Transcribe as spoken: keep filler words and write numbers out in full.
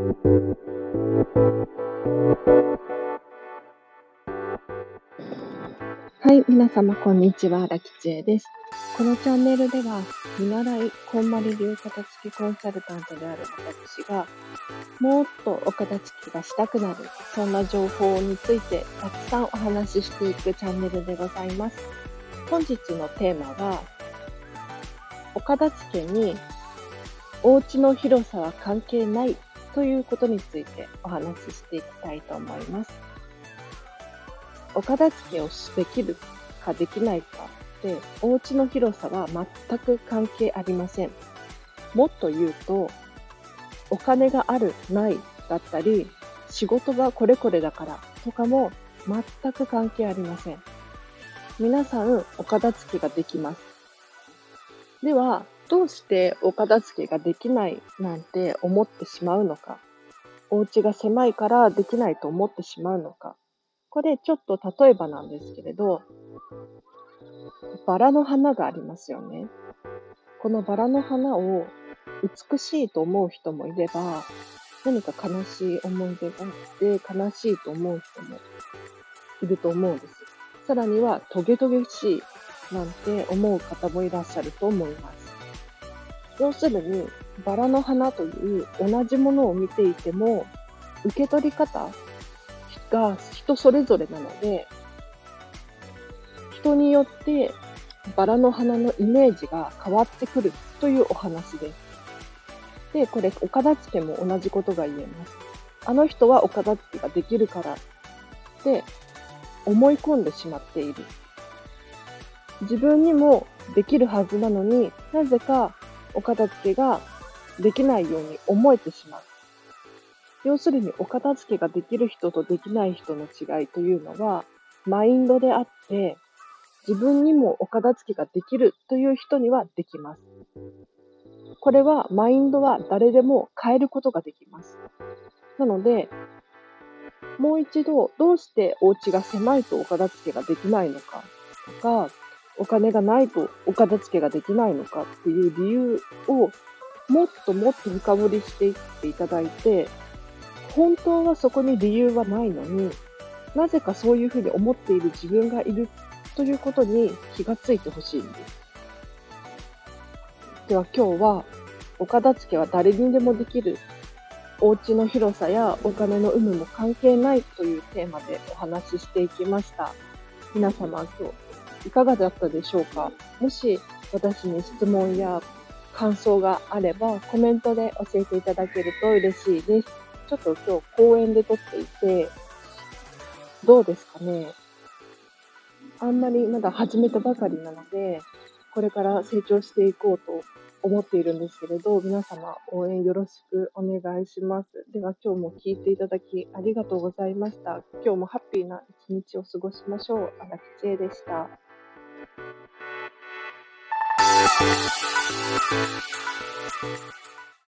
はい、皆様こんにちは、荒木千恵です。このチャンネルでは、見習いこんまり流片付きコンサルタントである私が、もっとお片付きがしたくなる、そんな情報についてたくさんお話ししていくチャンネルでございます。本日のテーマは、お片付けにお家の広さは関係ないということについてお話ししていきたいと思います。お片付けをできるかできないかで、お家の広さは全く関係ありません。もっと言うと、お金がある、ないだったり、仕事がこれこれだからとかも全く関係ありません。皆さん、お片付けができます。では、どうしてお片付けができないなんて思ってしまうのか、お家が狭いからできないと思ってしまうのか、これちょっと例えばなんですけれど、バラの花がありますよね。このバラの花を美しいと思う人もいれば、何か悲しい思い出があって悲しいと思う人もいると思うんです。さらにはトゲトゲしいなんて思う方もいらっしゃると思います。要するに、バラの花という同じものを見ていても、受け取り方が人それぞれなので、人によってバラの花のイメージが変わってくるというお話です。で、これ、お片付けも同じことが言えます。あの人はお片付けができるからって思い込んでしまっている。自分にもできるはずなのになぜかお片付けができないように思えてしまう。要するに、お片付けができる人とできない人の違いというのは、マインドであって、自分にもお片付けができるという人にはできます。これは、マインドは誰でも変えることができます。なので、もう一度、どうしてお家が狭いとお片付けができないのかとか、お金がないとお片付けができないのかっていう理由をもっともっと深掘りしていっていただいて、本当はそこに理由はないのに、なぜかそういうふうに思っている自分がいるということに気がついてほしいんです。では今日は、お片付けは誰にでもできる、お家の広さやお金の有無も関係ないというテーマでお話ししていきました。皆様今日いかがだったでしょうか。もし私に質問や感想があればコメントで教えていただけると嬉しいです。ちょっと今日公園で撮っていて、どうですかね。あんまりまだ始めたばかりなので、これから成長していこうと思っているんですけれど、皆様応援よろしくお願いします。では今日も聞いていただきありがとうございました。今日もハッピーな一日を過ごしましょう。荒木千恵でした。